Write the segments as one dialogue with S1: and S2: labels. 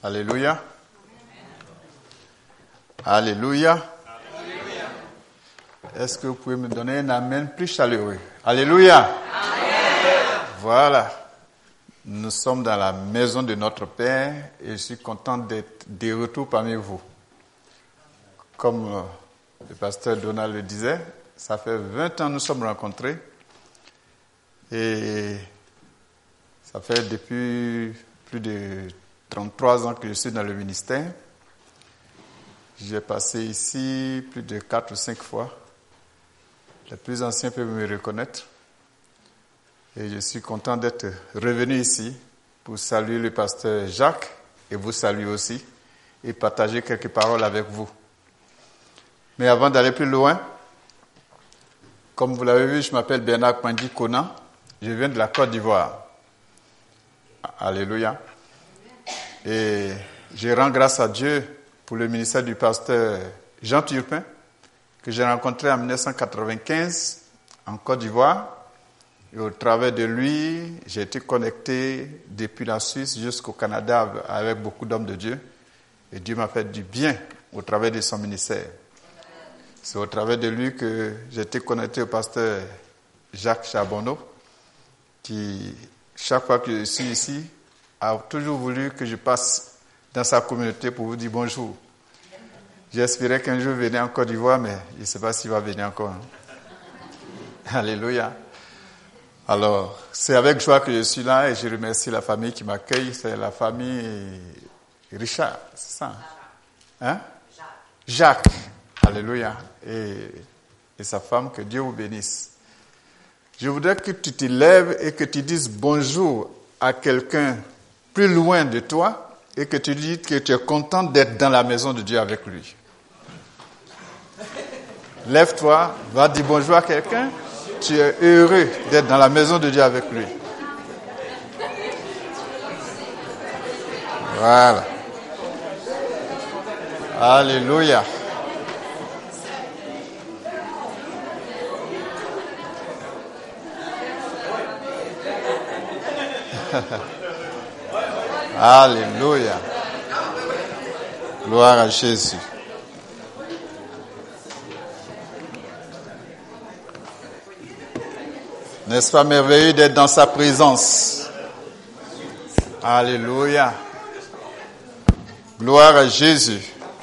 S1: Alléluia. Alléluia. Est-ce que vous pouvez me donner un amen plus chaleureux? Alléluia. Amen. Voilà. Nous sommes dans la maison de notre Père et je suis content d'être de retour parmi vous. Comme le pasteur Donald le disait, ça fait 20 ans que nous sommes rencontrés et ça fait depuis plus de 33 ans que je suis dans le ministère. J'ai passé ici plus de 4 ou 5 fois. Les plus anciens peuvent me reconnaître. Et je suis content d'être revenu ici pour saluer le pasteur Jacques et vous saluer aussi et partager quelques paroles avec vous. Mais avant d'aller plus loin, comme vous l'avez vu, je m'appelle Bernard Kwandi Kona. Je viens de la Côte d'Ivoire. Alléluia. Et je rends grâce à Dieu pour le ministère du pasteur Jean Turpin, que j'ai rencontré en 1995 en Côte d'Ivoire. Et au travers de lui, j'ai été connecté depuis la Suisse jusqu'au Canada avec beaucoup d'hommes de Dieu. Et Dieu m'a fait du bien au travers de son ministère. C'est au travers de lui que j'ai été connecté au pasteur Jacques Charbonneau, qui, chaque fois que je suis ici, a toujours voulu que je passe dans sa communauté pour vous dire bonjour. J'espérais qu'un jour venir en Côte d'Ivoire, mais je ne sais pas s'il va venir encore. Alléluia. Alors, c'est avec joie que je suis là et je remercie la famille qui m'accueille. C'est la famille Richard, c'est ça? Hein? Jacques. Alléluia. Et sa femme, que Dieu vous bénisse. Je voudrais que tu te lèves et que tu dises bonjour à quelqu'un plus loin de toi et que tu dises que tu es content d'être dans la maison de Dieu avec lui. Lève-toi, va dire bonjour à quelqu'un. Tu es heureux d'être dans la maison de Dieu avec lui. Voilà. Alléluia. Alléluia. Gloire à Jésus. N'est-ce pas merveilleux d'être dans sa présence? Alléluia. Gloire à Jésus.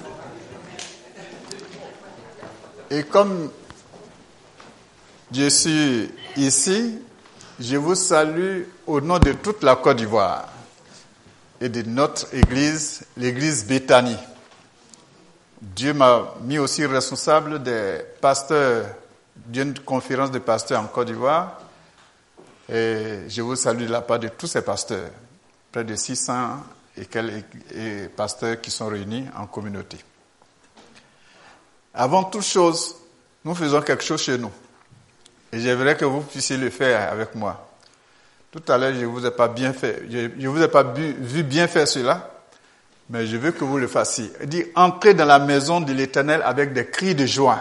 S1: Et comme je suis ici, je vous salue au nom de toute la Côte d'Ivoire et de notre église, l'église Béthanie. Dieu m'a mis aussi responsable des pasteurs d'une conférence de pasteurs en Côte d'Ivoire. Et je vous salue de la part de tous ces pasteurs, près de 600 et pasteurs qui sont réunis en communauté. Avant toute chose, nous faisons quelque chose chez nous. Et j'aimerais que vous puissiez le faire avec moi. Tout à l'heure, je vous ai pas vu bien faire cela, mais je veux que vous le fassiez. Il dit, entrez dans la maison de l'Éternel avec des cris de joie.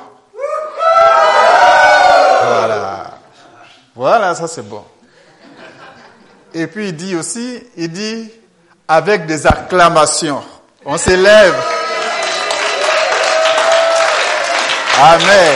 S1: Voilà. Voilà, ça c'est bon. Et puis il dit, avec des acclamations. On s'élève. Amen.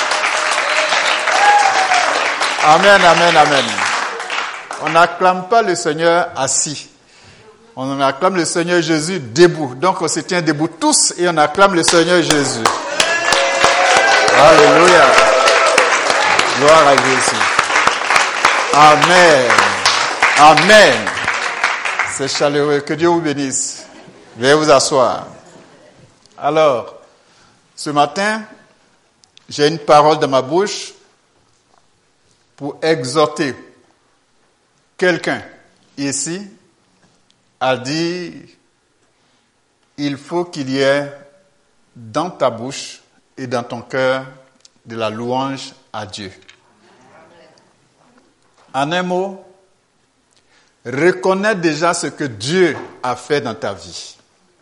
S1: Amen, amen, amen. On n'acclame pas le Seigneur assis. On acclame le Seigneur Jésus debout. Donc on se tient debout tous et on acclame le Seigneur Jésus. Alléluia. Gloire à Jésus. Amen. Amen. C'est chaleureux. Que Dieu vous bénisse. Veuillez vous asseoir. Alors, ce matin, j'ai une parole dans ma bouche pour exhorter quelqu'un ici à dire il faut qu'il y ait dans ta bouche et dans ton cœur de la louange à Dieu. En un mot, reconnais déjà ce que Dieu a fait dans ta vie.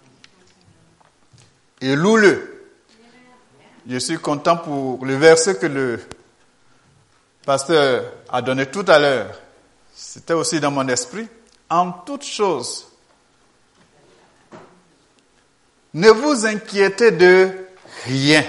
S1: Et loue-le. Je suis content pour le verset que le pasteur a donné tout à l'heure. C'était aussi dans mon esprit. En toute chose, Ne vous inquiétez de rien,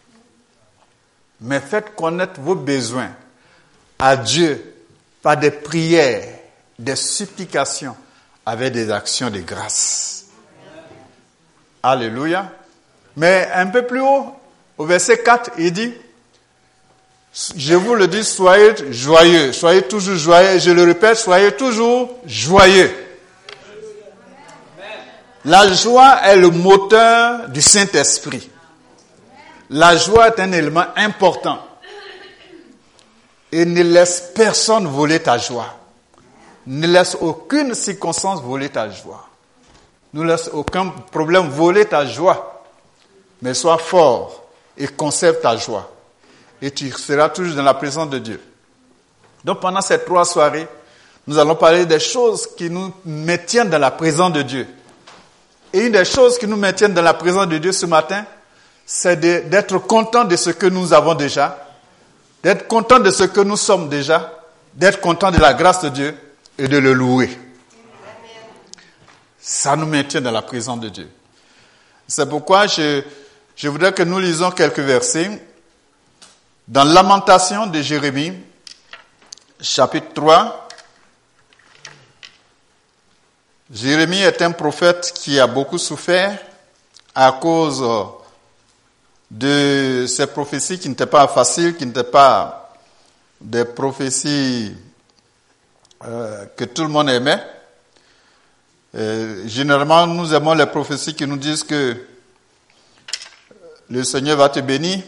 S1: mais faites connaître vos besoins à Dieu par des prières, des supplications, avec des actions de grâce. Alléluia. Mais un peu plus haut, au verset 4, il dit, je vous le dis, soyez joyeux, soyez toujours joyeux. Je le répète, soyez toujours joyeux. La joie est le moteur du Saint-Esprit. La joie est un élément important. Et ne laisse personne voler ta joie. Ne laisse aucune circonstance voler ta joie. Ne laisse aucun problème voler ta joie. Mais sois fort et conserve ta joie. Et tu seras toujours dans la présence de Dieu. Donc pendant ces 3 soirées, nous allons parler des choses qui nous maintiennent dans la présence de Dieu. Et une des choses qui nous maintiennent dans la présence de Dieu ce matin, c'est d'être content de ce que nous avons déjà, d'être content de ce que nous sommes déjà, d'être content de la grâce de Dieu et de le louer. Ça nous maintient dans la présence de Dieu. C'est pourquoi je voudrais que nous lisions quelques versets dans Lamentation de Jérémie, chapitre 3. Jérémie est un prophète qui a beaucoup souffert à cause de ces prophéties qui n'étaient pas faciles, qui n'étaient pas des prophéties que tout le monde aimait. Généralement, nous aimons les prophéties qui nous disent que le Seigneur va te bénir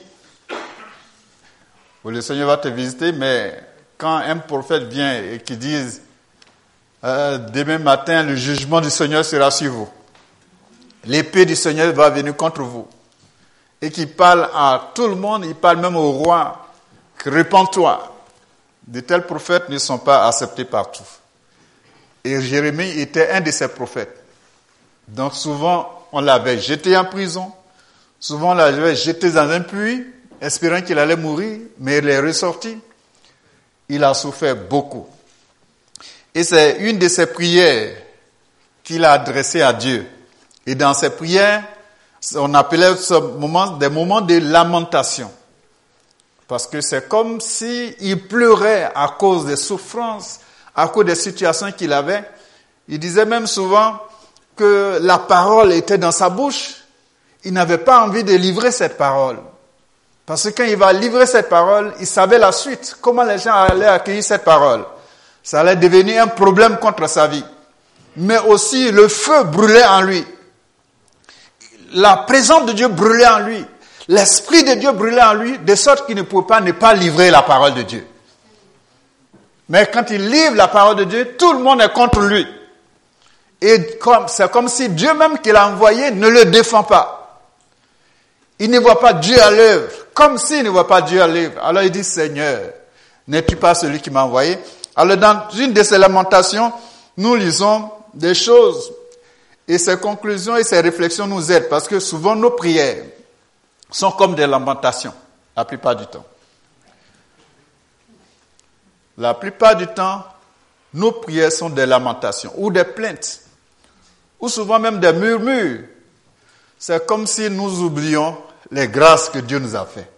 S1: ou le Seigneur va te visiter, mais quand un prophète vient et qui dit demain matin, le jugement du Seigneur sera sur vous. L'épée du Seigneur va venir contre vous. Et qui parle à tout le monde, il parle même au roi. Répands-toi. De tels prophètes ne sont pas acceptés partout. Et Jérémie était un de ces prophètes. Donc souvent, on l'avait jeté en prison. Souvent, on l'avait jeté dans un puits, espérant qu'il allait mourir, mais il est ressorti. Il a souffert beaucoup. Et c'est une de ses prières qu'il a adressées à Dieu. Et dans ces prières, on appelait ce moment des moments de lamentation. Parce que c'est comme s'il pleurait à cause des souffrances, à cause des situations qu'il avait. Il disait même souvent que la parole était dans sa bouche. Il n'avait pas envie de livrer cette parole. Parce que quand il va livrer cette parole, il savait la suite. Comment les gens allaient accueillir cette parole. Ça allait devenir un problème contre sa vie. Mais aussi, le feu brûlait en lui. La présence de Dieu brûlait en lui. L'Esprit de Dieu brûlait en lui, de sorte qu'il ne pouvait pas ne pas livrer la parole de Dieu. Mais quand il livre la parole de Dieu, tout le monde est contre lui. Et c'est comme si Dieu même qui l'a envoyé ne le défend pas. Il ne voit pas Dieu à l'œuvre, comme s'il ne voit pas Dieu à l'œuvre. Alors il dit, Seigneur, n'es-tu pas celui qui m'a envoyé? Alors dans une de ces lamentations, nous lisons des choses et ces conclusions et ces réflexions nous aident parce que souvent nos prières sont comme des lamentations, la plupart du temps. La plupart du temps, nos prières sont des lamentations ou des plaintes ou souvent même des murmures. C'est comme si nous oublions les grâces que Dieu nous a faites.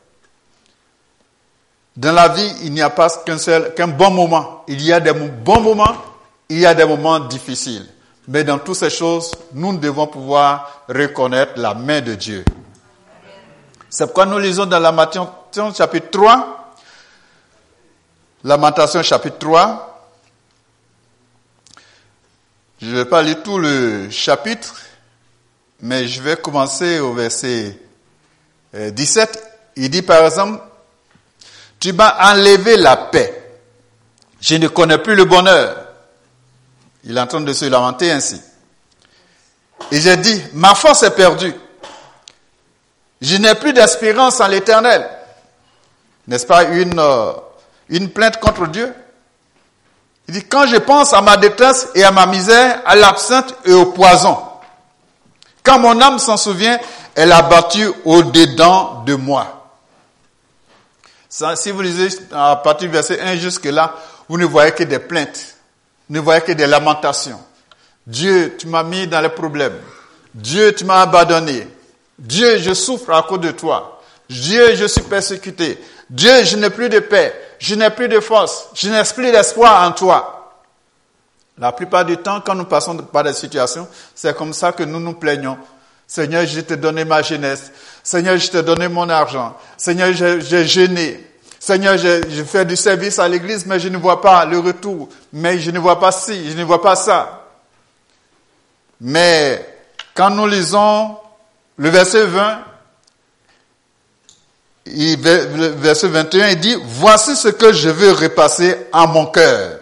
S1: Dans la vie, il n'y a pas qu'un bon moment. Il y a des bons moments, il y a des moments difficiles. Mais dans toutes ces choses, nous devons pouvoir reconnaître la main de Dieu. C'est pourquoi nous lisons dans Lamentation chapitre 3. Lamentation chapitre 3. Je ne vais pas lire tout le chapitre, mais je vais commencer au verset 17. Il dit par exemple, tu m'as enlevé la paix. Je ne connais plus le bonheur. Il est en train de se lamenter ainsi. Et j'ai dit, ma force est perdue. Je n'ai plus d'espérance en l'Éternel. N'est-ce pas une plainte contre Dieu? Il dit, quand je pense à ma détresse et à ma misère, à l'absinthe et au poison, quand mon âme s'en souvient, elle a battu au-dedans de moi. Ça, si vous lisez à partir du verset 1 jusque là, vous ne voyez que des plaintes, vous ne voyez que des lamentations. Dieu, tu m'as mis dans les problèmes. Dieu, tu m'as abandonné. Dieu, je souffre à cause de toi. Dieu, je suis persécuté. Dieu, je n'ai plus de paix. Je n'ai plus de force. Je n'ai plus d'espoir en toi. La plupart du temps, quand nous passons par des situations, c'est comme ça que nous nous plaignons. Seigneur, je t'ai donné ma jeunesse. Seigneur, je t'ai donné mon argent. Seigneur, j'ai jeûné. Seigneur, je fais du service à l'église, mais je ne vois pas le retour. Mais je ne vois pas ci, je ne vois pas ça. Mais quand nous lisons le verset 20, le verset 21, il dit, « Voici ce que je veux repasser en mon cœur,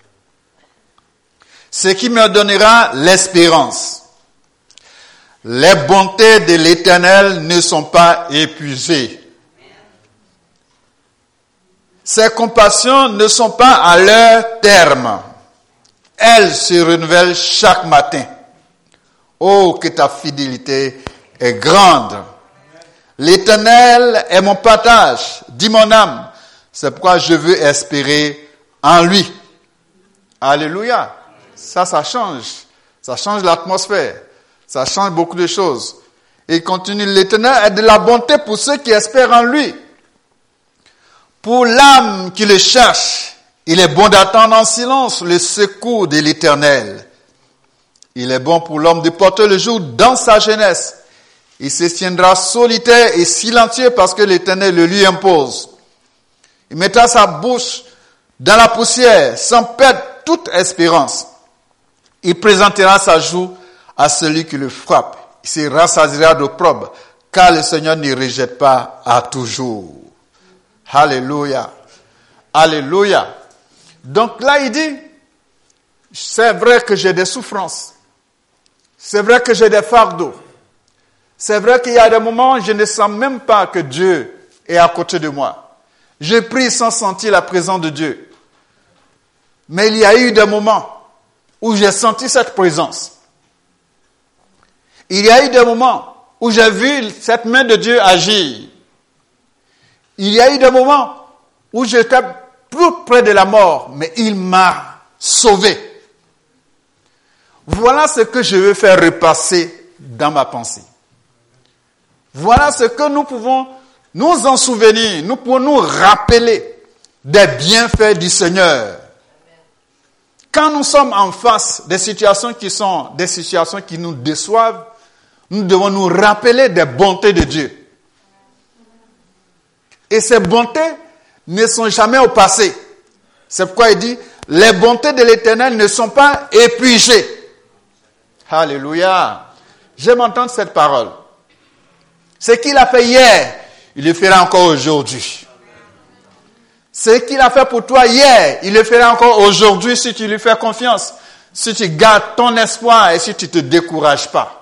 S1: ce qui me donnera l'espérance. Les bontés de l'Éternel ne sont pas épuisées. Ses compassions ne sont pas à leur terme. Elles se renouvellent chaque matin. Oh, que ta fidélité est grande. L'Éternel est mon partage, dit mon âme. C'est pourquoi je veux espérer en lui. » Alléluia. Ça change. Ça change l'atmosphère. Ça change beaucoup de choses. Et il continue, l'Éternel est de la bonté pour ceux qui espèrent en lui. Pour l'âme qui le cherche, il est bon d'attendre en silence le secours de l'Éternel. Il est bon pour l'homme de porter le jour dans sa jeunesse. Il se tiendra solitaire et silencieux parce que l'Éternel le lui impose. Il mettra sa bouche dans la poussière sans perdre toute espérance. Il présentera sa joue à celui qui le frappe. Il se rassasiera d'opprobre, car le Seigneur ne rejette pas à toujours. Alléluia. Alléluia. Donc là, il dit, c'est vrai que j'ai des souffrances. C'est vrai que j'ai des fardeaux. C'est vrai qu'il y a des moments où je ne sens même pas que Dieu est à côté de moi. Je prie sans sentir la présence de Dieu. Mais il y a eu des moments où j'ai senti cette présence. Il y a eu des moments où j'ai vu cette main de Dieu agir. Il y a eu des moments où j'étais plus près de la mort, mais il m'a sauvé. Voilà ce que je veux faire repasser dans ma pensée. Voilà ce que nous pouvons nous en souvenir, nous pouvons nous rappeler des bienfaits du Seigneur. Quand nous sommes en face des situations qui sont des situations qui nous déçoivent, nous devons nous rappeler des bontés de Dieu. Et ces bontés ne sont jamais au passé. C'est pourquoi il dit, les bontés de l'Éternel ne sont pas épuisées. Alléluia. J'aime entendre cette parole. Ce qu'il a fait hier, il le fera encore aujourd'hui. Ce qu'il a fait pour toi hier, il le fera encore aujourd'hui si tu lui fais confiance. Si tu gardes ton espoir et si tu ne te décourages pas.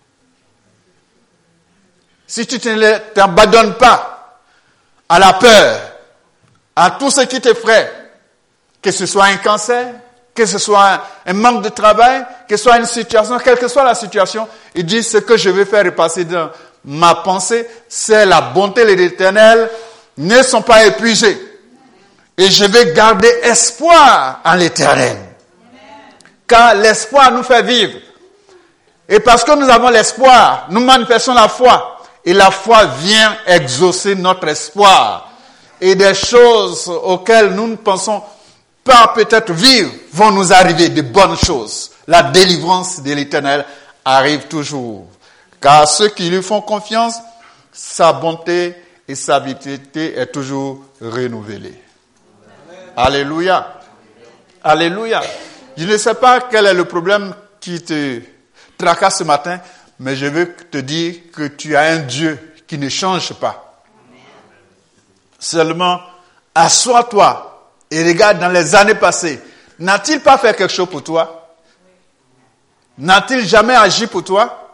S1: Si tu ne t'abandonnes pas à la peur, à tout ce qui t'effraie, que ce soit un cancer, que ce soit un manque de travail, que ce soit une situation, quelle que soit la situation, il dit ce que je vais faire repasser dans ma pensée, c'est la bonté de l'Éternel, ne sont pas épuisées. Et je vais garder espoir en l'Éternel. Car l'espoir nous fait vivre. Et parce que nous avons l'espoir, nous manifestons la foi. Et la foi vient exaucer notre espoir. Et des choses auxquelles nous ne pensons pas peut-être vivre vont nous arriver, de bonnes choses. La délivrance de l'Éternel arrive toujours. Car ceux qui lui font confiance, sa bonté et sa vitalité est toujours renouvelée. Alléluia. Alléluia. Je ne sais pas quel est le problème qui te tracasse ce matin, mais je veux te dire que tu as un Dieu qui ne change pas. Seulement, assois-toi et regarde dans les années passées. N'a-t-il pas fait quelque chose pour toi? N'a-t-il jamais agi pour toi?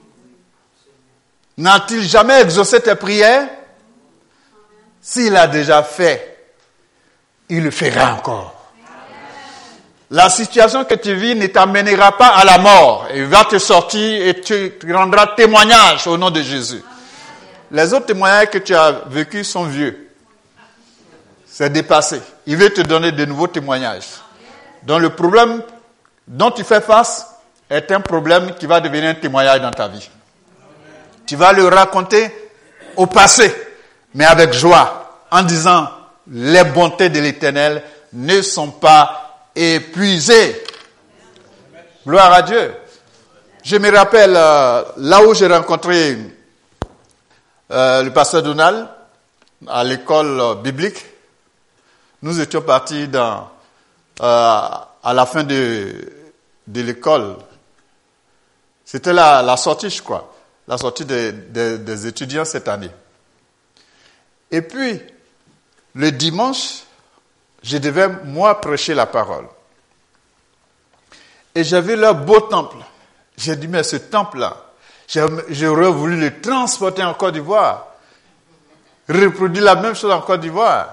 S1: N'a-t-il jamais exaucé tes prières? S'il a déjà fait, il le fera encore. La situation que tu vis ne t'amènera pas à la mort. Il va te sortir et tu rendras témoignage au nom de Jésus. Les autres témoignages que tu as vécus sont vieux. C'est dépassé. Il veut te donner de nouveaux témoignages. Donc le problème dont tu fais face, est un problème qui va devenir un témoignage dans ta vie. Tu vas le raconter au passé, mais avec joie, en disant, les bontés de l'Éternel ne sont pas épuisées. Gloire à Dieu. Je me rappelle, là où j'ai rencontré le pasteur Donald, à l'école biblique, nous étions partis à la fin de l'école. C'était la sortie, je crois. La sortie des étudiants cette année. Et puis, le dimanche, je devais, moi, prêcher la parole. Et j'avais leur beau temple. J'ai dit, mais ce temple-là, j'aurais voulu le transporter en Côte d'Ivoire. Reproduire la même chose en Côte d'Ivoire.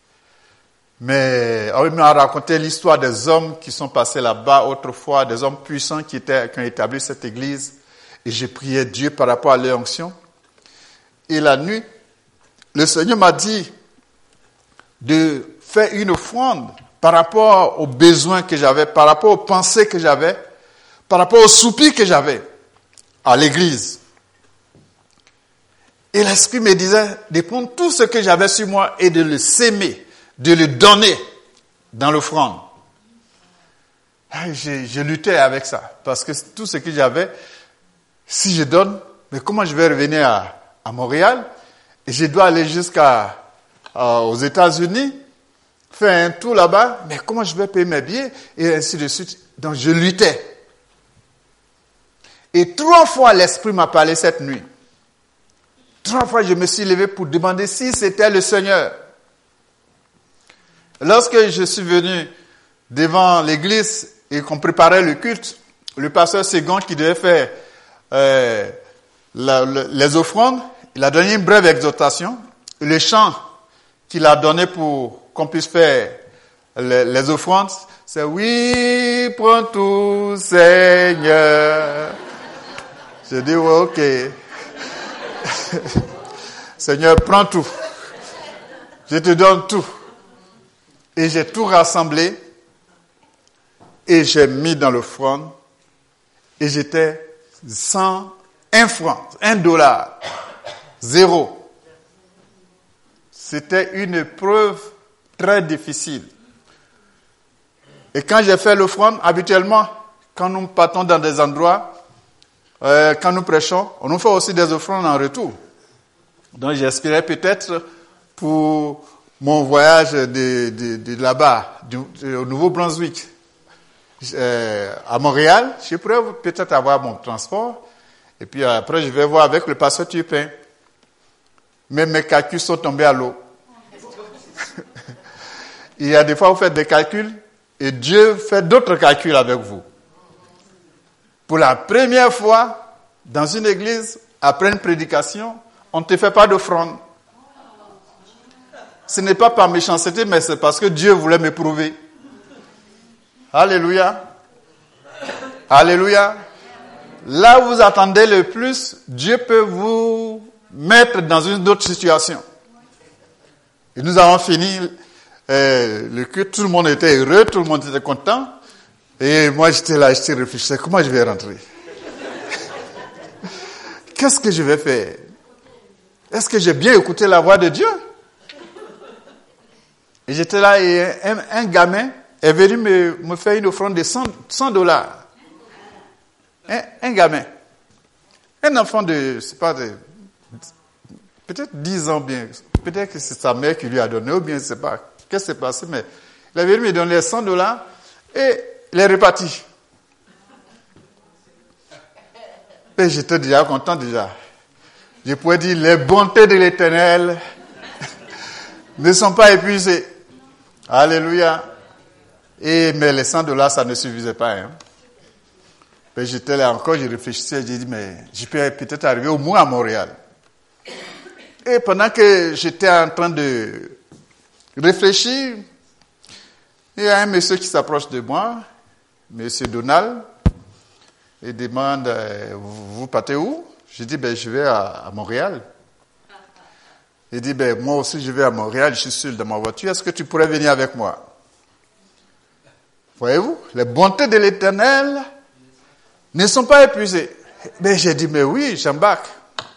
S1: Mais on m'a raconté l'histoire des hommes qui sont passés là-bas autrefois, des hommes puissants qui ont établi cette église. Et j'ai prié Dieu par rapport à leur onction. Et la nuit, le Seigneur m'a dit de faire une offrande par rapport aux besoins que j'avais, par rapport aux pensées que j'avais, par rapport aux soupirs que j'avais à l'église. Et l'Esprit me disait de prendre tout ce que j'avais sur moi et de le s'aimer, de le donner dans l'offrande. Je luttais avec ça, parce que tout ce que j'avais, si je donne, mais comment je vais revenir à Montréal et je dois aller aux États-Unis, faire un tour là-bas, mais comment je vais payer mes billets et ainsi de suite. Donc je luttais. Et 3 fois l'Esprit m'a parlé cette nuit. 3 fois je me suis levé pour demander si c'était le Seigneur. Lorsque je suis venu devant l'église et qu'on préparait le culte, le pasteur Ségon qui devait faire les offrandes, il a donné une brève exhortation. Le chant qu'il a donné pour qu'on puisse faire les offrandes, c'est « Oui, prends tout, Seigneur ». J'ai dit « Ouais, ok. Seigneur, prends tout. Je te donne tout. » Et j'ai tout rassemblé et j'ai mis dans l'offrande et j'étais sans 1 franc, $1, 0. C'était une épreuve très difficile. Et quand j'ai fait l'offrande, habituellement, quand nous partons dans des endroits, quand nous prêchons, on nous fait aussi des offrandes en retour. Donc j'espérais peut-être pour mon voyage de là-bas, au Nouveau-Brunswick, à Montréal, je pourrais peut-être avoir mon transport. Et puis après, je vais voir avec le pasteur Turpin. Mais mes calculs sont tombés à l'eau. Il y a des fois, vous faites des calculs et Dieu fait d'autres calculs avec vous. Pour la première fois, dans une église, après une prédication, on ne te fait pas d'offrande. Ce n'est pas par méchanceté, mais c'est parce que Dieu voulait m'éprouver. Alléluia. Alléluia. Là où vous attendez le plus, Dieu peut vous mettre dans une autre situation. Et nous avons fini le culte, tout le monde était heureux, tout le monde était content. Et moi j'étais là, je réfléchissais, comment je vais rentrer? Qu'est-ce que je vais faire? Est-ce que j'ai bien écouté la voix de Dieu? Et j'étais là et un gamin est venu me faire une offrande de $100. Un gamin. Un enfant de, c'est pas de, peut-être 10 ans bien. Peut-être que c'est sa mère qui lui a donné, ou bien je ne sais pas qu'est-ce qui s'est passé, mais il est venu me donner $100 et il est reparti. Et j'étais déjà content déjà. Je pouvais dire, les bontés de l'Éternel ne sont pas épuisées. Alléluia. Mais les $100, ça ne suffisait pas. Hein. Et j'étais là encore, je réfléchissais, j'ai dit, mais je peux peut-être arriver au moins à Montréal. Et pendant que j'étais en train de réfléchir, il y a un monsieur qui s'approche de moi, monsieur Donald, et demande, vous partez où? J'ai dit, je vais à Montréal. Il dit, moi aussi je vais à Montréal, je suis seul dans ma voiture, est-ce que tu pourrais venir avec moi? Voyez-vous, les bontés de l'Éternel ne sont pas épuisés. Mais j'ai dit, mais oui, j'embarque.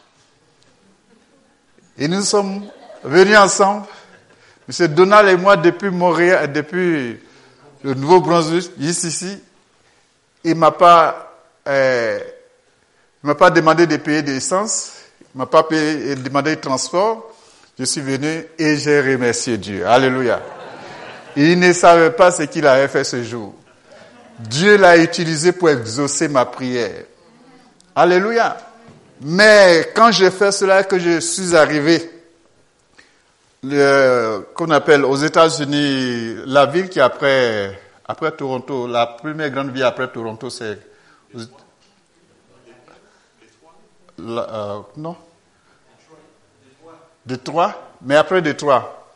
S1: Et nous sommes venus ensemble. M. Donald et moi, depuis Montréal, depuis le Nouveau-Brunswick, ici, il m'a pas demandé de payer d'essence. Il m'a pas demandé de transport. Je suis venu et j'ai remercié Dieu. Alléluia. Il ne savait pas ce qu'il avait fait ce jour. Dieu l'a utilisé pour exaucer ma prière. Alléluia. Mais quand j'ai fait cela, que je suis arrivé, qu'on appelle aux États-Unis, la ville qui après Toronto, la première grande ville après Toronto, c'est non, Détroit, mais après Détroit,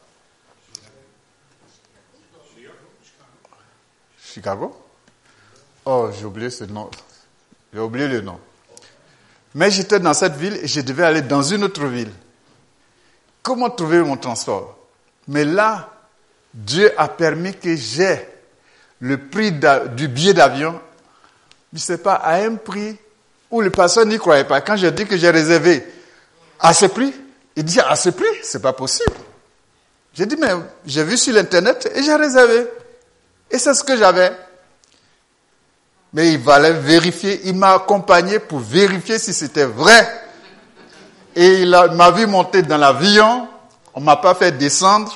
S1: Chicago. Oh, j'ai oublié ce nom. J'ai oublié le nom. Mais j'étais dans cette ville et je devais aller dans une autre ville. Comment trouver mon transport? Mais là, Dieu a permis que j'ai le prix du billet d'avion, je ne sais pas, à un prix où les personnes n'y croyaient pas. Quand j'ai dit que j'ai réservé à ce prix, il dit à ce prix, c'est pas possible. J'ai dit, mais j'ai vu sur l'internet et j'ai réservé. Et c'est ce que j'avais. Mais il fallait vérifier. Il m'a accompagné pour vérifier si c'était vrai. Et il m'a vu monter dans l'avion. On m'a pas fait descendre.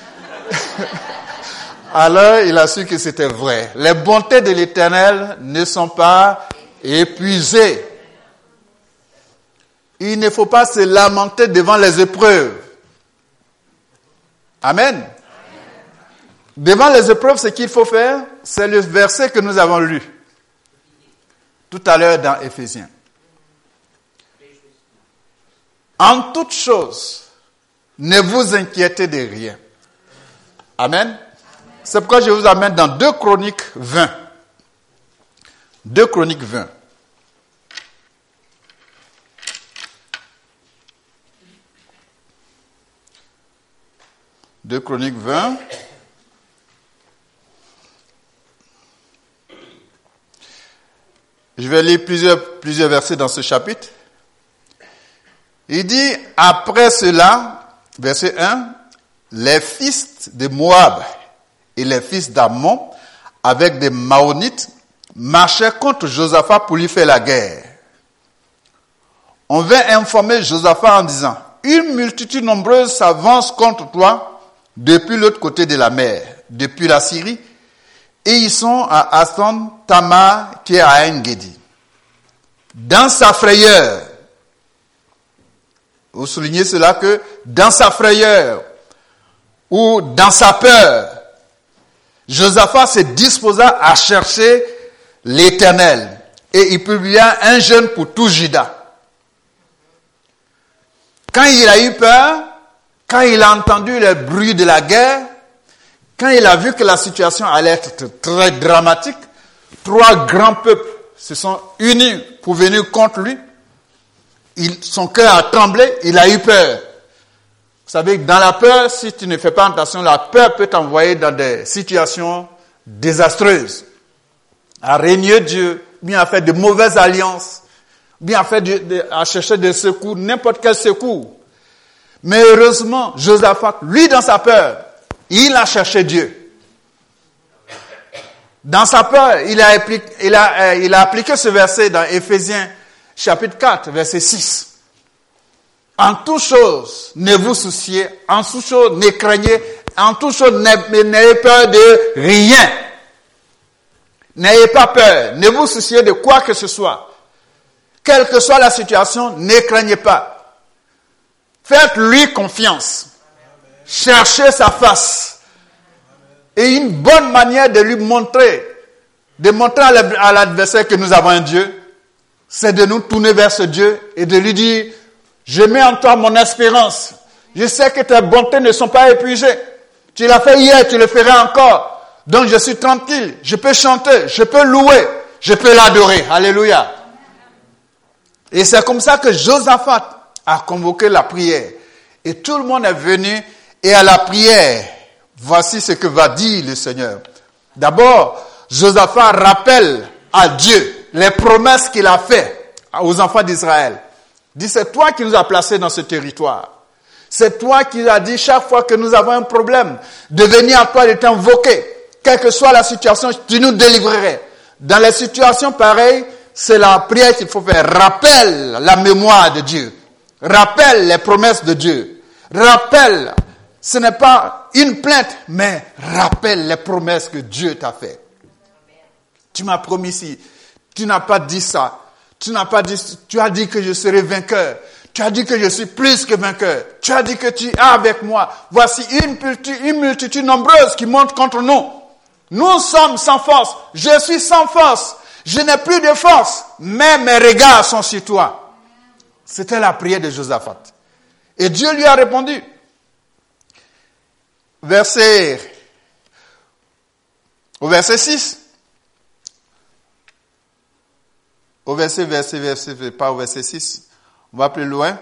S1: Alors, il a su que c'était vrai. Les bontés de l'Éternel ne sont pas épuisées. Il ne faut pas se lamenter devant les épreuves. Amen. Devant les épreuves, ce qu'il faut faire, c'est le verset que nous avons lu tout à l'heure dans Éphésiens. En toute chose, ne vous inquiétez de rien. Amen. C'est pourquoi je vous amène dans 2 Chroniques 20. 2 Chroniques 20. Deux Chroniques 20. Je vais lire plusieurs versets dans ce chapitre. Il dit, après cela, verset 1, les fils de Moab et les fils d'Ammon, avec des Maonites, marchaient contre Josaphat pour lui faire la guerre. On vint informer Josaphat en disant, une multitude nombreuse s'avance contre toi depuis l'autre côté de la mer, depuis la Syrie, et ils sont à Aston Tamar qui est à En-Gedi. Dans sa frayeur, vous soulignez cela que dans sa frayeur ou dans sa peur, Josaphat se disposa à chercher l'Éternel et il publia un jeûne pour tout Juda. Quand il a eu peur, quand il a entendu le bruit de la guerre, quand il a vu que la situation allait être très dramatique, 3 grands peuples se sont unis pour venir contre lui. Son cœur a tremblé, il a eu peur. Vous savez que dans la peur, si tu ne fais pas attention, la peur peut t'envoyer dans des situations désastreuses. À régner Dieu, bien à faire de mauvaises alliances, bien à chercher des secours, n'importe quel secours. Mais heureusement, Josaphat, lui dans sa peur, il a cherché Dieu. Dans sa peur, il a appliqué ce verset dans Éphésiens chapitre 4, verset 6. En toute chose, ne vous souciez, en toute chose, ne craignez, en toute chose, n'ayez peur de rien. N'ayez pas peur, ne vous souciez de quoi que ce soit. Quelle que soit la situation, ne craignez pas. Faites-lui confiance. Cherchez sa face. Et une bonne manière de lui montrer, à l'adversaire que nous avons un Dieu, c'est de nous tourner vers ce Dieu et de lui dire, je mets en toi mon espérance. Je sais que tes bontés ne sont pas épuisées. Tu l'as fait hier, tu le feras encore. Donc je suis tranquille, je peux chanter, je peux louer, je peux l'adorer. Alléluia. Et c'est comme ça que Josaphat a convoqué la prière. Et tout le monde est venu et à la prière, voici ce que va dire le Seigneur. D'abord, Josaphat rappelle à Dieu les promesses qu'il a faites aux enfants d'Israël. Il dit, c'est toi qui nous as placés dans ce territoire. C'est toi qui as dit chaque fois que nous avons un problème, de venir à toi, de t'invoquer. Quelle que soit la situation, tu nous délivrerais. Dans les situations pareilles, c'est la prière qu'il faut faire. Rappelle la mémoire de Dieu. Rappelle les promesses de Dieu. Rappelle, ce n'est pas une plainte, mais rappelle les promesses que Dieu t'a faites. Tu m'as promis ci. Tu n'as pas dit ça. Tu as dit que je serai vainqueur. Tu as dit que je suis plus que vainqueur. Tu as dit que tu es avec moi. Voici une multitude nombreuse qui monte contre nous. Nous sommes sans force. Je suis sans force. Je n'ai plus de force. Mais mes regards sont sur toi. C'était la prière de Josaphat. Et Dieu lui a répondu. Au verset 6. Pas au verset 6. On va plus loin.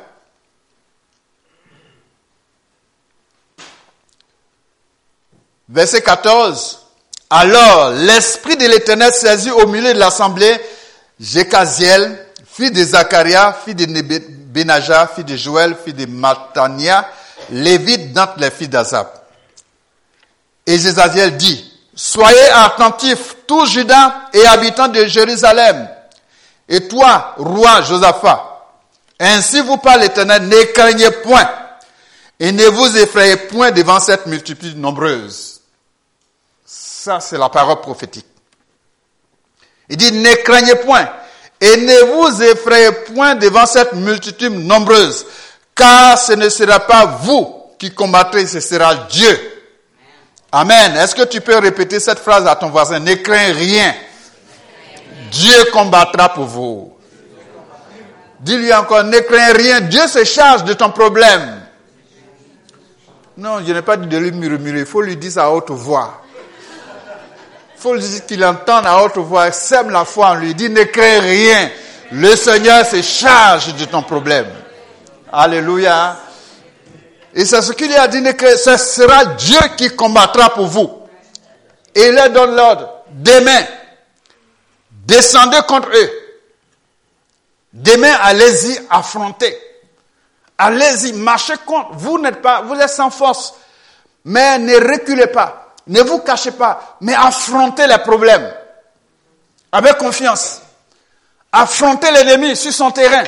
S1: Verset 14. Alors, l'Esprit de l'Éternel saisit au milieu de l'assemblée Jécaziel, fils de Zacharia, fils de Benaja, fils de Joël, fils de Mattania, lévite d'entre les fils d'Azab. Et Jézaziel dit, soyez attentifs, tous Juda et habitants de Jérusalem. Et toi, roi Josaphat, ainsi vous parle l'Éternel, ne craignez point et ne vous effrayez point devant cette multitude nombreuse. Ça, c'est la parole prophétique. Il dit, ne craignez point et ne vous effrayez point devant cette multitude nombreuse, car ce ne sera pas vous qui combattrez, ce sera Dieu. Amen. Est-ce que tu peux répéter cette phrase à ton voisin? Ne crains rien. Dieu combattra pour vous. Dis-lui encore, ne crains rien. Dieu se charge de ton problème. Non, je n'ai pas dit de lui murmurer. Il faut lui dire à haute voix. Il faut lui dire qu'il entende à haute voix. Sème la foi en lui. Dit, ne crains rien. Le Seigneur se charge de ton problème. Alléluia. Et c'est ce qu'il lui a dit, ce sera Dieu qui combattra pour vous. Et il leur donne l'ordre. Demain, descendez contre eux. Demain, allez-y affronter. Allez-y, marchez contre. Vous êtes sans force. Mais ne reculez pas. Ne vous cachez pas. Mais affrontez les problèmes. Avec confiance. Affrontez l'ennemi sur son terrain.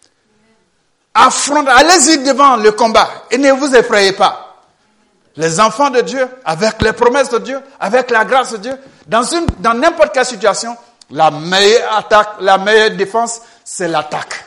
S1: Allez-y devant le combat. Et ne vous effrayez pas. Les enfants de Dieu, avec les promesses de Dieu, avec la grâce de Dieu, dans n'importe quelle situation, la meilleure attaque, la meilleure défense, c'est l'attaque.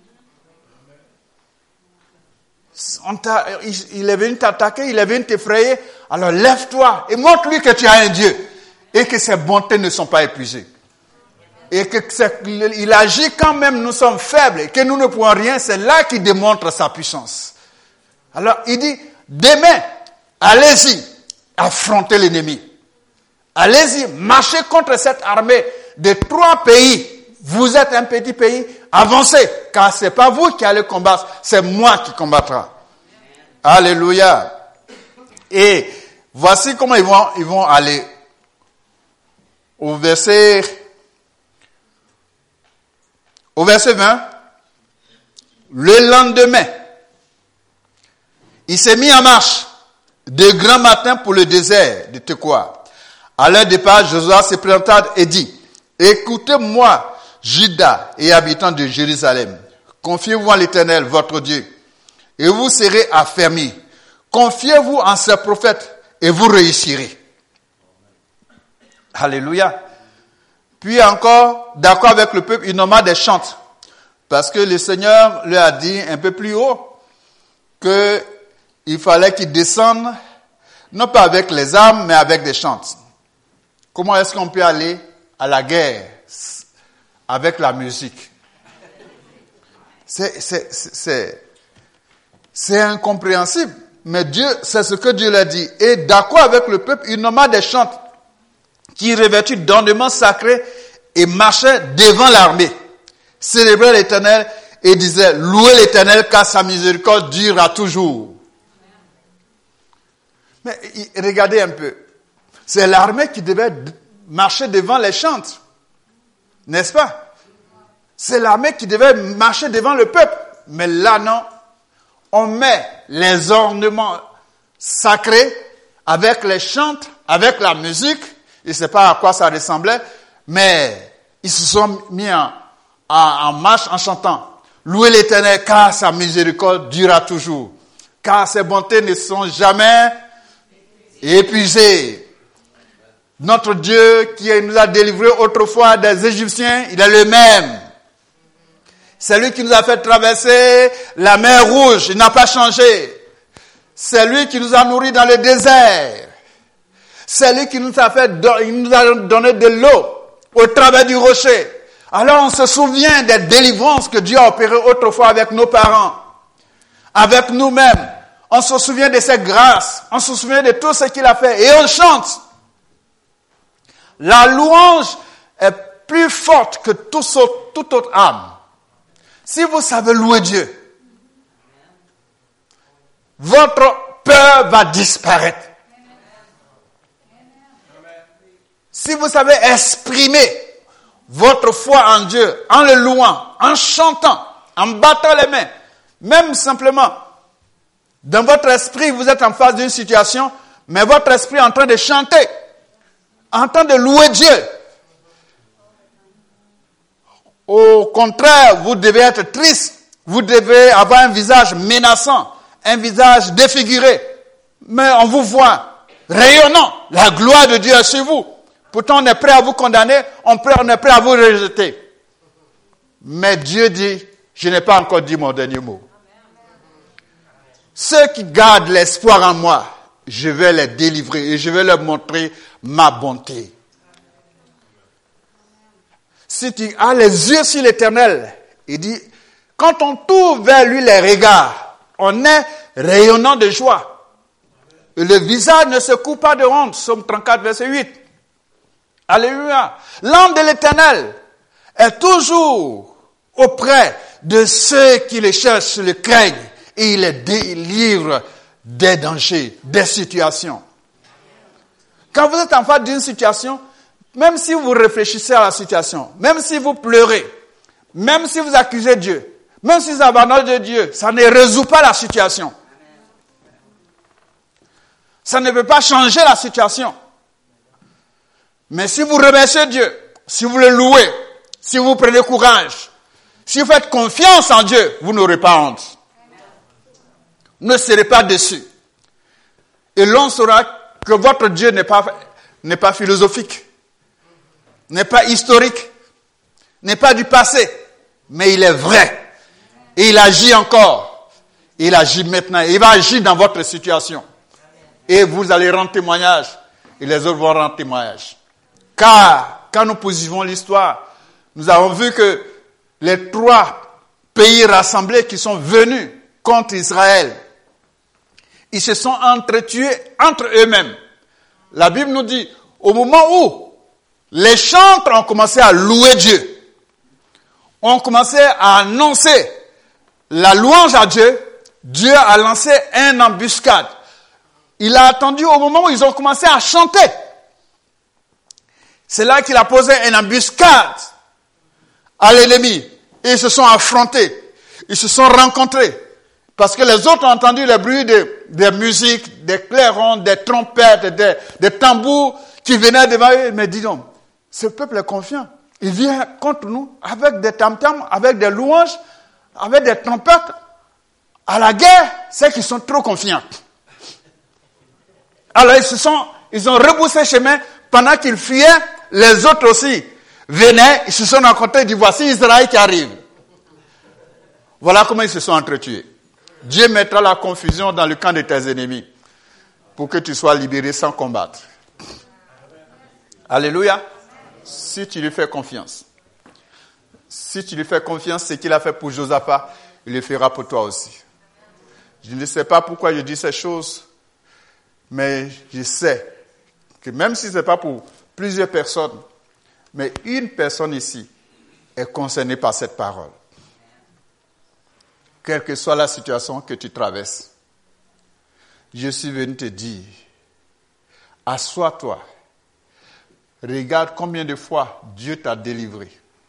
S1: Il est venu t'attaquer, il est venu t'effrayer. Alors lève-toi et montre-lui que tu as un Dieu. Et que ses bontés ne sont pas épuisées. Et qu'il agit quand même, nous sommes faibles et que nous ne pouvons rien. C'est là qu'il démontre sa puissance. Alors il dit, demain, allez-y, affrontez l'ennemi. Allez-y, marchez contre cette armée de 3 pays. Vous êtes un petit pays, avancez, car ce n'est pas vous qui allez combattre, c'est moi qui combattra. Alléluia. Et voici comment ils vont aller. Au verset 20, le lendemain, il s'est mis en marche de grand matin pour le désert de Tekoa. À leur départ, Josué se présenta et dit, écoutez-moi, Juda et habitants de Jérusalem, confiez-vous en l'Éternel, votre Dieu, et vous serez affermis. Confiez-vous en ses prophètes et vous réussirez. Alléluia. Puis encore, d'accord avec le peuple, il nomma des chantes. Parce que le Seigneur lui a dit un peu plus haut qu'il fallait qu'ils descendent, non pas avec les armes, mais avec des chantes. Comment est-ce qu'on peut aller à la guerre avec la musique? C'est incompréhensible. Mais Dieu, c'est ce que Dieu l'a dit. Et d'accord avec le peuple, il nomma des chantes qui revêturent d'ornements sacrés et marchaient devant l'armée. Célébraient l'Éternel et disaient, louez l'Éternel car sa miséricorde dure à toujours. Mais regardez un peu. C'est l'armée qui devait marcher devant les chantres. N'est-ce pas? C'est l'armée qui devait marcher devant le peuple. Mais là, non. On met les ornements sacrés avec les chantres, avec la musique. Je ne sais pas à quoi ça ressemblait, mais ils se sont mis en marche en chantant. Louez l'Éternel, car sa miséricorde durera toujours. Car ses bontés ne sont jamais épuisées. Notre Dieu qui nous a délivrés autrefois des Égyptiens, il est le même. C'est lui qui nous a fait traverser la mer Rouge, il n'a pas changé. C'est lui qui nous a nourris dans le désert. C'est lui qui nous a donné de l'eau au travers du rocher. Alors on se souvient des délivrances que Dieu a opérées autrefois avec nos parents, avec nous-mêmes. On se souvient de ses grâces, on se souvient de tout ce qu'il a fait et on chante. La louange est plus forte que toute autre âme. Si vous savez louer Dieu, votre peur va disparaître. Si vous savez exprimer votre foi en Dieu, en le louant, en chantant, en battant les mains, même simplement, dans votre esprit, vous êtes en face d'une situation, mais votre esprit est en train de chanter, en train de louer Dieu. Au contraire, vous devez être triste, vous devez avoir un visage menaçant, un visage défiguré, mais on vous voit rayonnant, la gloire de Dieu est sur vous. Pourtant, on est prêt à vous condamner, on est prêt à vous rejeter. Mais Dieu dit, je n'ai pas encore dit mon dernier mot. Ceux qui gardent l'espoir en moi, je vais les délivrer et je vais leur montrer ma bonté. Si tu as les yeux sur l'Éternel, il dit, quand on tourne vers lui les regards, on est rayonnant de joie. Et le visage ne se coupe pas de honte. Psaume 34, verset 8. Alléluia. L'âme de l'Éternel est toujours auprès de ceux qui le cherchent, le craignent, et il les délivre des dangers, des situations. Quand vous êtes en face d'une situation, même si vous réfléchissez à la situation, même si vous pleurez, même si vous accusez Dieu, même si vous abandonnez Dieu, ça ne résout pas la situation. Ça ne peut pas changer la situation. Mais si vous remerciez Dieu, si vous le louez, si vous prenez courage, si vous faites confiance en Dieu, vous n'aurez pas honte. Vous ne serez pas déçus. Et l'on saura que votre Dieu n'est pas philosophique, n'est pas historique, n'est pas du passé, mais il est vrai. Et il agit encore. Il agit maintenant. Il va agir dans votre situation. Et vous allez rendre témoignage. Et les autres vont rendre témoignage. Car, quand nous poursuivons l'histoire, nous avons vu que les 3 pays rassemblés qui sont venus contre Israël, ils se sont entretués entre eux-mêmes. La Bible nous dit, au moment où les chantres ont commencé à louer Dieu, ont commencé à annoncer la louange à Dieu, Dieu a lancé une embuscade. Il a attendu au moment où ils ont commencé à chanter. C'est là qu'il a posé une embuscade à l'ennemi. Et ils se sont affrontés. Ils se sont rencontrés. Parce que les autres ont entendu le bruit des musiques, des clairons, des trompettes, des tambours qui venaient devant eux. Mais dis donc, ce peuple est confiant. Il vient contre nous avec des tam-tams, avec des louanges, avec des trompettes. À la guerre, c'est qu'ils sont trop confiants. Alors ils ont rebroussé chemin pendant qu'ils fuyaient. Les autres aussi venaient, ils se sont rencontrés, ils disent voici Israël qui arrive. Voilà comment ils se sont entretués. Dieu mettra la confusion dans le camp de tes ennemis pour que tu sois libéré sans combattre. Alléluia. Si tu lui fais confiance. Si tu lui fais confiance, ce qu'il a fait pour Josaphat, il le fera pour toi aussi. Je ne sais pas pourquoi je dis ces choses, mais je sais que même si ce n'est pas pour plusieurs personnes, mais une personne ici est concernée par cette parole. Quelle que soit la situation que tu traverses, je suis venu te dire, assois-toi, regarde combien de fois Dieu t'a délivré.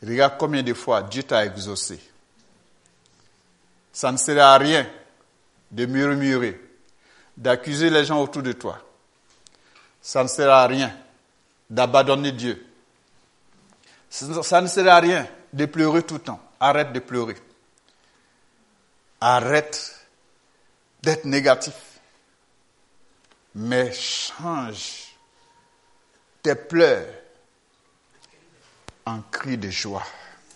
S1: Regarde combien de fois Dieu t'a exaucé. Ça ne sert à rien de murmurer, d'accuser les gens autour de toi. Ça ne sert à rien d'abandonner Dieu. Ça ne sert à rien de pleurer tout le temps. Arrête de pleurer. Arrête d'être négatif. Mais change tes pleurs en cris de joie.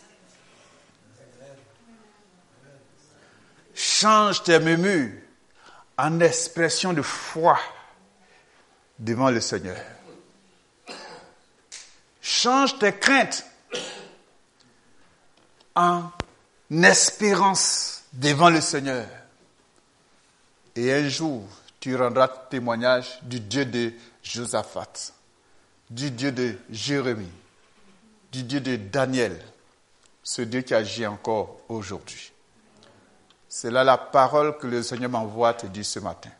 S1: Change tes murmures en expression de foi devant le Seigneur. Change tes craintes en espérance devant le Seigneur. Et un jour, tu rendras témoignage du Dieu de Josaphat, du Dieu de Jérémie, du Dieu de Daniel, ce Dieu qui agit encore aujourd'hui. C'est là la parole que le Seigneur m'envoie te dire ce matin.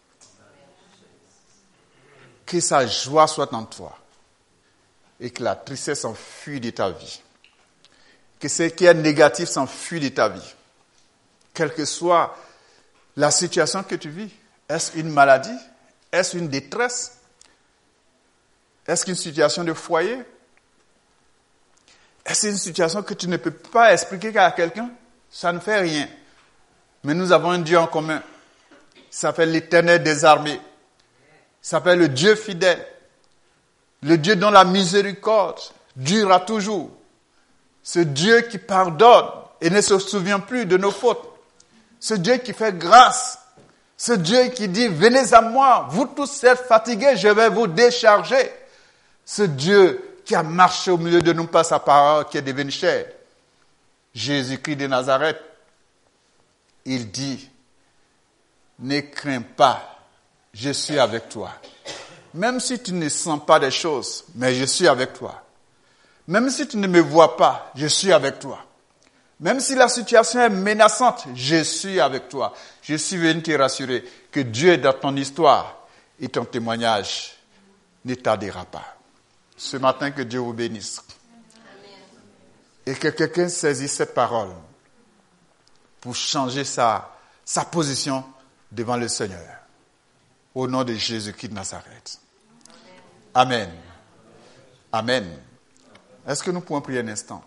S1: Que sa joie soit en toi et que la tristesse s'enfuit de ta vie. Que ce qui est négatif s'enfuit de ta vie. Quelle que soit la situation que tu vis, est-ce une maladie? Est-ce une détresse? Est-ce qu'une situation de foyer? Est-ce une situation que tu ne peux pas expliquer à quelqu'un? Ça ne fait rien. Mais nous avons un Dieu en commun. Il s'appelle l'Éternel des armées. Il s'appelle le Dieu fidèle. Le Dieu dont la miséricorde durera toujours. Ce Dieu qui pardonne et ne se souvient plus de nos fautes. Ce Dieu qui fait grâce. Ce Dieu qui dit, venez à moi, vous tous êtes fatigués, je vais vous décharger. Ce Dieu qui a marché au milieu de nous par sa parole qui est devenue chair. Jésus-Christ de Nazareth, il dit, ne crains pas, je suis avec toi. Même si tu ne sens pas des choses, mais je suis avec toi. Même si tu ne me vois pas, je suis avec toi. Même si la situation est menaçante, je suis avec toi. Je suis venu te rassurer que Dieu est dans ton histoire et ton témoignage ne tardera pas. Ce matin, que Dieu vous bénisse. Et que quelqu'un saisisse cette parole pour changer sa position devant le Seigneur. Au nom de Jésus-Christ de Nazareth. Amen. Amen. Est-ce que nous pouvons prier un instant?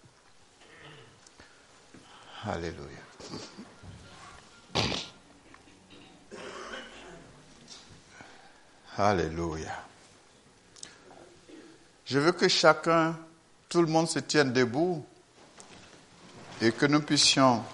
S1: Alléluia. Alléluia. Je veux que chacun, tout le monde se tienne debout et que nous puissions,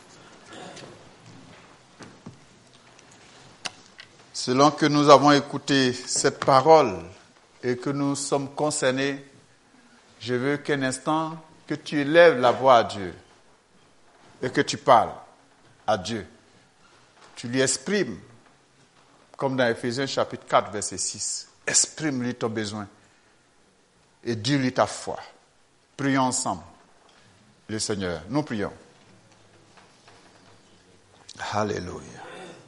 S1: selon que nous avons écouté cette parole et que nous sommes concernés, je veux qu'un instant, que tu élèves la voix à Dieu et que tu parles à Dieu. Tu lui exprimes, comme dans Éphésiens chapitre 4, verset 6. Exprime-lui ton besoin et dis-lui ta foi. Prions ensemble le Seigneur. Nous prions. Alléluia.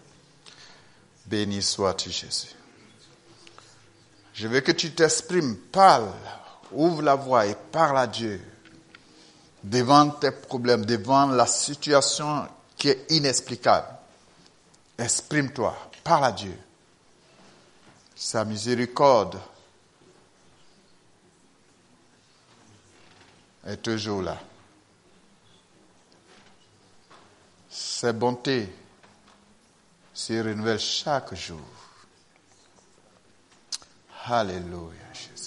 S1: Béni sois-tu, Jésus. Je veux que tu t'exprimes, parle, ouvre la voix et parle à Dieu devant tes problèmes, devant la situation qui est inexplicable. Exprime-toi, parle à Dieu. Sa miséricorde est toujours là. Ses bontés se renouvellent chaque jour. Alléluia, Jésus.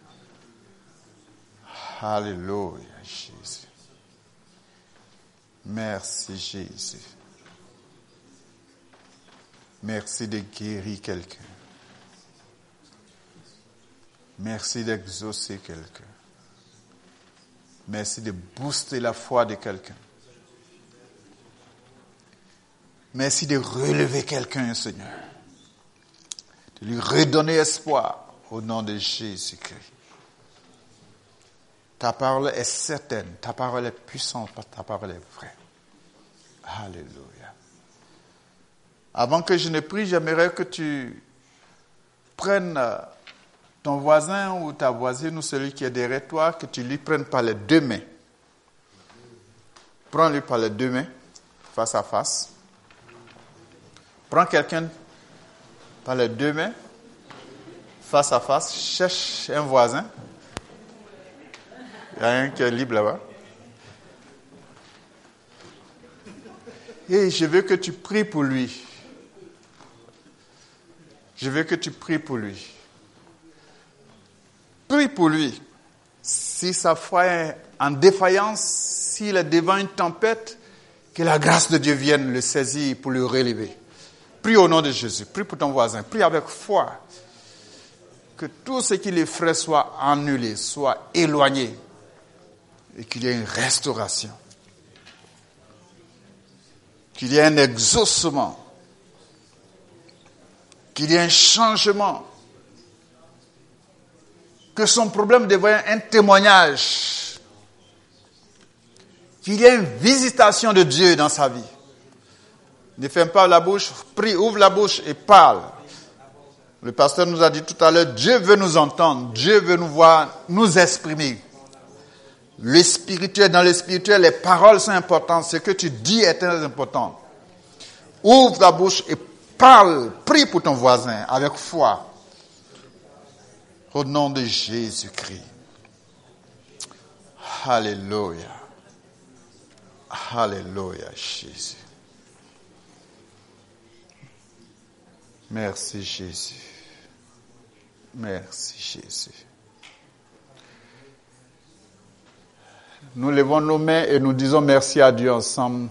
S1: Alléluia, Jésus. Merci, Jésus. Merci de guérir quelqu'un. Merci d'exaucer quelqu'un. Merci de booster la foi de quelqu'un. Merci de relever quelqu'un, Seigneur. De lui redonner espoir au nom de Jésus-Christ. Ta parole est certaine, ta parole est puissante, ta parole est vraie. Alléluia. Avant que je ne prie, j'aimerais que tu prennes ton voisin ou ta voisine ou celui qui est derrière toi, que tu lui prennes par les deux mains. Prends-lui par les deux mains, face à face. Prends quelqu'un par les deux mains, face à face. Cherche un voisin. Il y a un qui est libre là-bas. Et je veux que tu pries pour lui. Je veux que tu pries pour lui. Prie pour lui. Si sa foi est en défaillance, s'il est devant une tempête, que la grâce de Dieu vienne le saisir pour le relever. Prie au nom de Jésus. Prie pour ton voisin. Prie avec foi. Que tout ce qui l'effraie soit annulé, soit éloigné. Et qu'il y ait une restauration. Qu'il y ait un exaucement. Qu'il y ait un changement. Que son problème devienne un témoignage. Qu'il y ait une visitation de Dieu dans sa vie. Ne ferme pas la bouche, prie, ouvre la bouche et parle. Le pasteur nous a dit tout à l'heure, Dieu veut nous entendre, Dieu veut nous voir, nous exprimer. Le spirituel, dans le spirituel, les paroles sont importantes. Ce que tu dis est très important. Ouvre la bouche et parle, prie pour ton voisin avec foi. Au nom de Jésus-Christ. Alléluia. Alléluia, Jésus. Merci, Jésus. Merci, Jésus. Nous levons nos mains et nous disons merci à Dieu ensemble.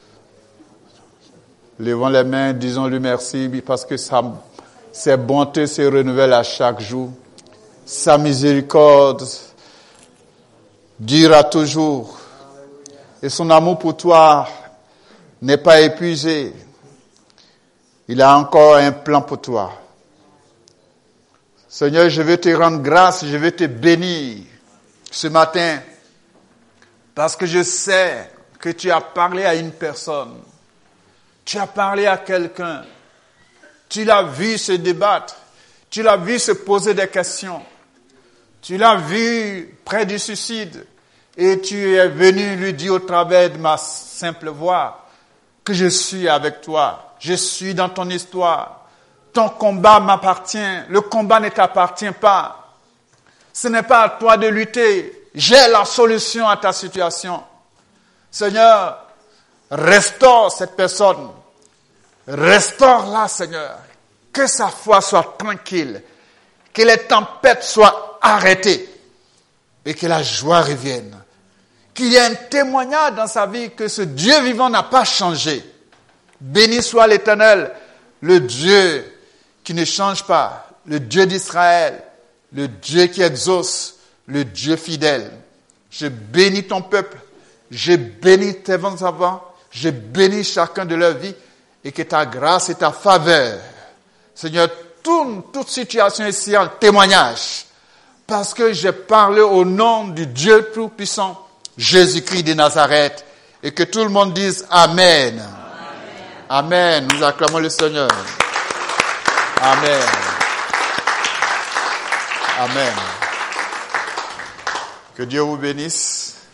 S1: Levons les mains, disons-lui merci parce que ses bontés se renouvellent à chaque jour. Sa miséricorde durera toujours. Et son amour pour toi n'est pas épuisé. Il a encore un plan pour toi. Seigneur, je veux te rendre grâce, je veux te bénir ce matin. Parce que je sais que tu as parlé à une personne. Tu as parlé à quelqu'un. Tu l'as vu se débattre. Tu l'as vu se poser des questions. Tu l'as vu près du suicide. Et tu es venu lui dire au travers de ma simple voix que je suis avec toi. Je suis dans ton histoire. Ton combat m'appartient. Le combat ne t'appartient pas. Ce n'est pas à toi de lutter. J'ai la solution à ta situation. Seigneur, restaure cette personne. Restaure-la, Seigneur. Que sa foi soit tranquille. Que les tempêtes soient arrêtées. Et que la joie revienne. Qu'il y ait un témoignage dans sa vie que ce Dieu vivant n'a pas changé. Béni soit l'Éternel, le Dieu qui ne change pas, le Dieu d'Israël, le Dieu qui exauce, le Dieu fidèle. Je bénis ton peuple, je bénis tes enfants, je bénis chacun de leur vie et que ta grâce et ta faveur, Seigneur, tourne toute situation ici en témoignage parce que j'ai parlé au nom du Dieu Tout-Puissant, Jésus-Christ de Nazareth, et que tout le monde dise Amen. Amen. Nous acclamons le Seigneur. Amen. Amen. Que Dieu vous bénisse.